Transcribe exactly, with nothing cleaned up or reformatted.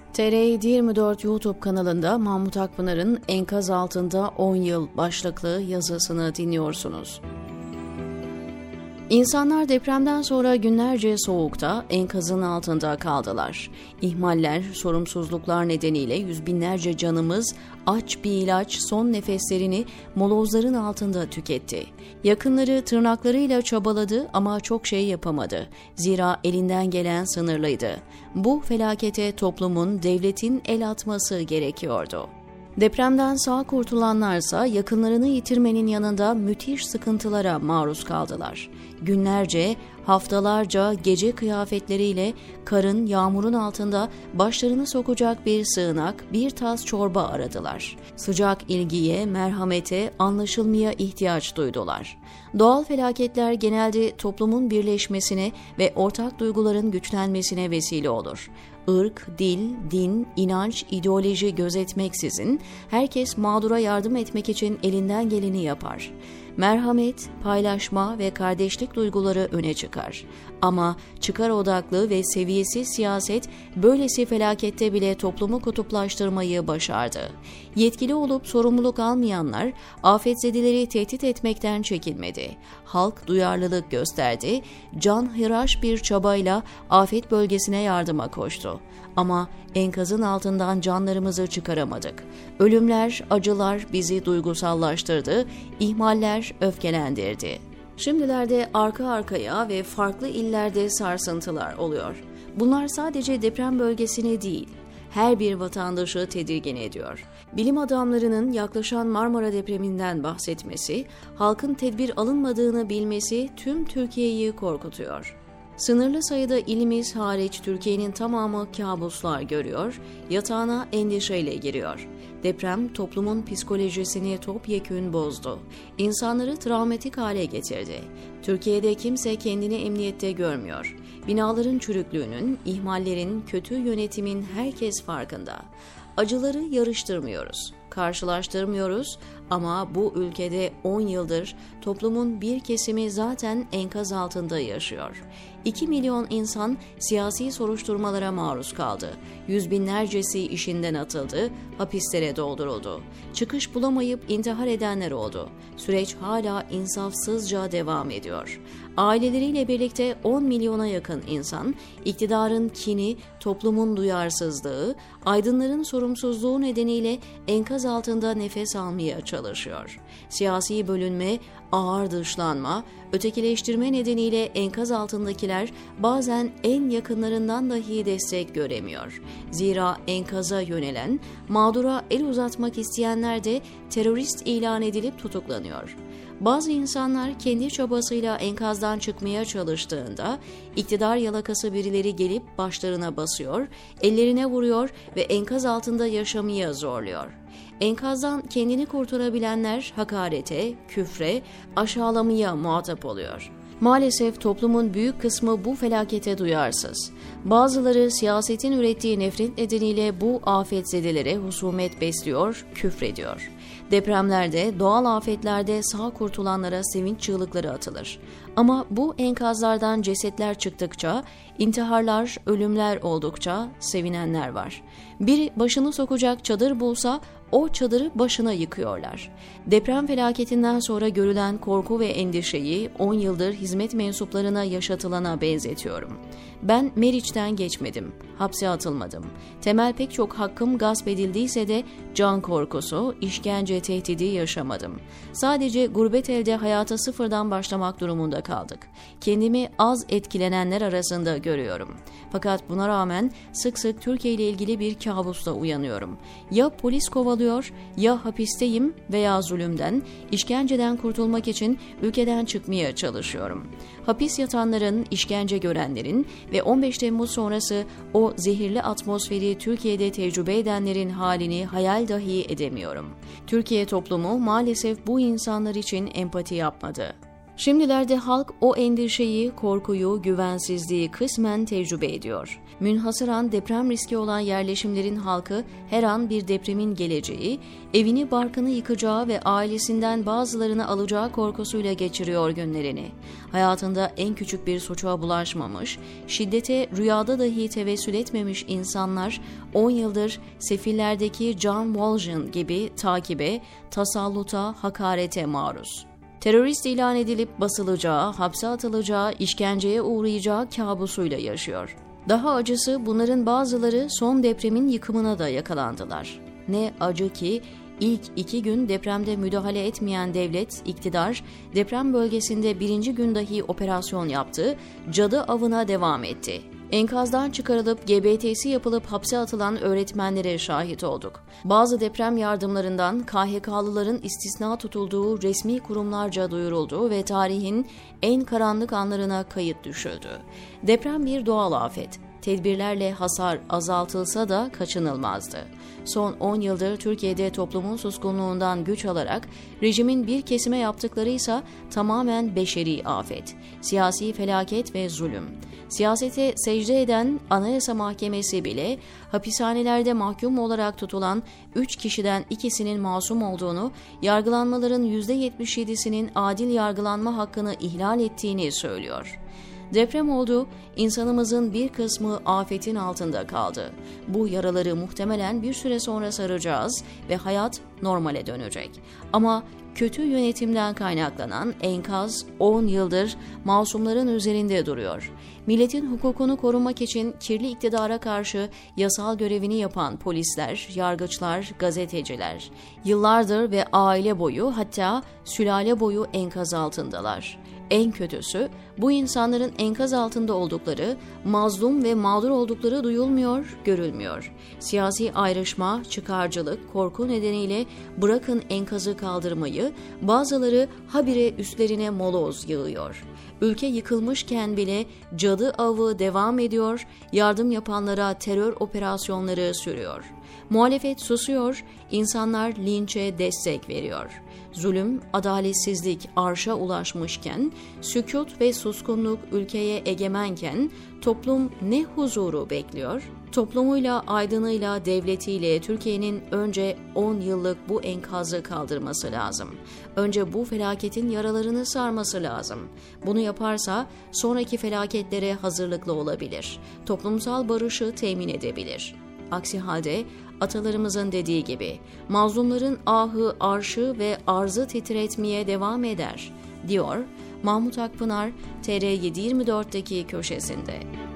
T R yedi yirmi dört YouTube kanalında Mahmut Akpınar'ın Enkaz Altında on yıl başlıklı yazısını dinliyorsunuz. İnsanlar depremden sonra günlerce soğukta, enkazın altında kaldılar. İhmaller, sorumsuzluklar nedeniyle yüz binlerce canımız aç bir ilaç son nefeslerini molozların altında tüketti. Yakınları tırnaklarıyla çabaladı ama çok şey yapamadı. Zira elinden gelen sınırlıydı. Bu felakete toplumun, devletin el atması gerekiyordu. Depremden sağ kurtulanlarsa yakınlarını yitirmenin yanında müthiş sıkıntılara maruz kaldılar. Günlerce, haftalarca gece kıyafetleriyle karın, yağmurun altında başlarını sokacak bir sığınak, bir tas çorba aradılar. Sıcak ilgiye, merhamete, anlaşılmaya ihtiyaç duydular. Doğal felaketler genelde toplumun birleşmesine ve ortak duyguların güçlenmesine vesile olur. Irk, dil, din, inanç, ideoloji gözetmeksizin herkes mağdura yardım etmek için elinden geleni yapar. Merhamet, paylaşma ve kardeşlik duyguları öne çıkar. Ama çıkar odaklı ve seviyesiz siyaset böylesi felakette bile toplumu kutuplaştırmayı başardı. Yetkili olup sorumluluk almayanlar afetzedeleri tehdit etmekten çekinmedi. Halk duyarlılık gösterdi, canhıraş bir çabayla afet bölgesine yardıma koştu. Ama enkazın altından canlarımızı çıkaramadık. Ölümler, acılar bizi duygusallaştırdı, ihmaller öfkelendirdi. Şimdilerde arka arkaya ve farklı illerde sarsıntılar oluyor. Bunlar sadece deprem bölgesini değil, her bir vatandaşı tedirgin ediyor. Bilim adamlarının yaklaşan Marmara depreminden bahsetmesi, halkın tedbir alınmadığını bilmesi tüm Türkiye'yi korkutuyor. Sınırlı sayıda ilimiz hariç Türkiye'nin tamamı kabuslar görüyor, yatağına endişeyle giriyor. Deprem toplumun psikolojisini topyekün bozdu. İnsanları travmatik hale getirdi. Türkiye'de kimse kendini emniyette görmüyor. Binaların çürüklüğünün, ihmallerin, kötü yönetimin herkes farkında. Acıları yarıştırmıyoruz, karşılaştırmıyoruz ama bu ülkede on yıldır toplumun bir kesimi zaten enkaz altında yaşıyor. iki milyon insan siyasi soruşturmalara maruz kaldı. Yüz binlercesi işinden atıldı, hapislere dolduruldu. Çıkış bulamayıp intihar edenler oldu. Süreç hala insafsızca devam ediyor. Aileleriyle birlikte on milyona yakın insan, iktidarın kini, toplumun duyarsızlığı, aydınların sorumsuzluğu nedeniyle enkaz altında nefes almaya çalışıyor. Siyasi bölünme, ağır dışlanma, ötekileştirme nedeniyle enkaz altındakiler bazen en yakınlarından dahi destek göremiyor. Zira enkaza yönelen, mağdura el uzatmak isteyenler de terörist ilan edilip tutuklanıyor. Bazı insanlar kendi çabasıyla enkazdan çıkmaya çalıştığında iktidar yalakası birileri gelip başlarına basıyor, ellerine vuruyor ve enkaz altında yaşamaya zorluyor. Enkazdan kendini kurtarabilenler hakarete, küfre, aşağılamaya muhatap oluyor. Maalesef toplumun büyük kısmı bu felakete duyarsız. Bazıları siyasetin ürettiği nefret nedeniyle bu afetzedelere husumet besliyor, küfrediyor. Depremlerde, doğal afetlerde sağ kurtulanlara sevinç çığlıkları atılır. Ama bu enkazlardan cesetler çıktıkça, intiharlar, ölümler oldukça sevinenler var. Biri başını sokacak çadır bulsa, o çadırı başına yıkıyorlar. Deprem felaketinden sonra görülen korku ve endişeyi on yıldır hizmet mensuplarına yaşatılana benzetiyorum. Ben Meriç'ten geçmedim, hapse atılmadım. Temel pek çok hakkım gasp edildiyse de can korkusu, işkence tehdidi yaşamadım. Sadece gurbet elde hayata sıfırdan başlamak durumunda kaldık. Kendimi az etkilenenler arasında görüyorum. Fakat buna rağmen sık sık Türkiye ile ilgili bir kabusla uyanıyorum. Ya polis kovalıyor, ya hapisteyim veya zulümden, işkenceden kurtulmak için ülkeden çıkmaya çalışıyorum. Hapis yatanların, işkence görenlerin ve on beş Temmuz sonrası o zehirli atmosferi Türkiye'de tecrübe edenlerin halini hayal dahi edemiyorum. Türkiye toplumu maalesef bu insanlar için empati yapmadı. Şimdilerde halk o endişeyi, korkuyu, güvensizliği kısmen tecrübe ediyor. Münhasıran deprem riski olan yerleşimlerin halkı her an bir depremin geleceği, evini barkını yıkacağı ve ailesinden bazılarını alacağı korkusuyla geçiriyor günlerini. Hayatında en küçük bir suça bulaşmamış, şiddete rüyada dahi tevessül etmemiş insanlar on yıldır sefillerdeki John Valjean gibi takibe, tasalluta, hakarete maruz. Terörist ilan edilip basılacağı, hapse atılacağı, işkenceye uğrayacağı kabusuyla yaşıyor. Daha acısı bunların bazıları son depremin yıkımına da yakalandılar. Ne acı ki ilk iki gün depremde müdahale etmeyen devlet, iktidar, deprem bölgesinde birinci gün dahi operasyon yaptı, cadı avına devam etti. Enkazdan çıkarılıp G B T'si yapılıp hapse atılan öğretmenlere şahit olduk. Bazı deprem yardımlarından K H K'lıların istisna tutulduğu resmi kurumlarca duyuruldu ve tarihin en karanlık anlarına kayıt düşüldü. Deprem bir doğal afet. Tedbirlerle hasar azaltılsa da kaçınılmazdı. Son on yıldır Türkiye'de toplumun suskunluğundan güç alarak rejimin bir kesime yaptıkları ise tamamen beşeri afet, siyasi felaket ve zulüm. Siyasete secde eden Anayasa Mahkemesi bile hapishanelerde mahkum olarak tutulan üç kişiden ikisinin masum olduğunu, yargılanmaların yüzde yetmiş yedisinin adil yargılanma hakkını ihlal ettiğini söylüyor. Deprem oldu, insanımızın bir kısmı afetin altında kaldı. Bu yaraları muhtemelen bir süre sonra saracağız ve hayat normale dönecek. Ama kötü yönetimden kaynaklanan enkaz on yıldır masumların üzerinde duruyor. Milletin hukukunu korumak için kirli iktidara karşı yasal görevini yapan polisler, yargıçlar, gazeteciler yıllardır ve aile boyu, hatta sülale boyu enkaz altındalar. En kötüsü, bu insanların enkaz altında oldukları, mazlum ve mağdur oldukları duyulmuyor, görülmüyor. Siyasi ayrışma, çıkarcılık, korku nedeniyle bırakın enkazı kaldırmayı, bazıları habire üstlerine moloz yığıyor. Ülke yıkılmışken bile cadı avı devam ediyor, yardım yapanlara terör operasyonları sürüyor. Muhalefet susuyor, insanlar linçe destek veriyor. Zulüm, adaletsizlik arşa ulaşmışken, sükût ve suskunluk ülkeye egemenken toplum ne huzuru bekliyor? Toplumuyla, aydınıyla, devletiyle Türkiye'nin önce on yıllık bu enkazı kaldırması lazım. Önce bu felaketin yaralarını sarması lazım. Bunu yaparsa sonraki felaketlere hazırlıklı olabilir. Toplumsal barışı temin edebilir. Aksi halde atalarımızın dediği gibi mazlumların ahı, arşı ve arzı titretmeye devam eder, diyor Mahmut Akpınar T R yedi yirmi dört'teki köşesinde.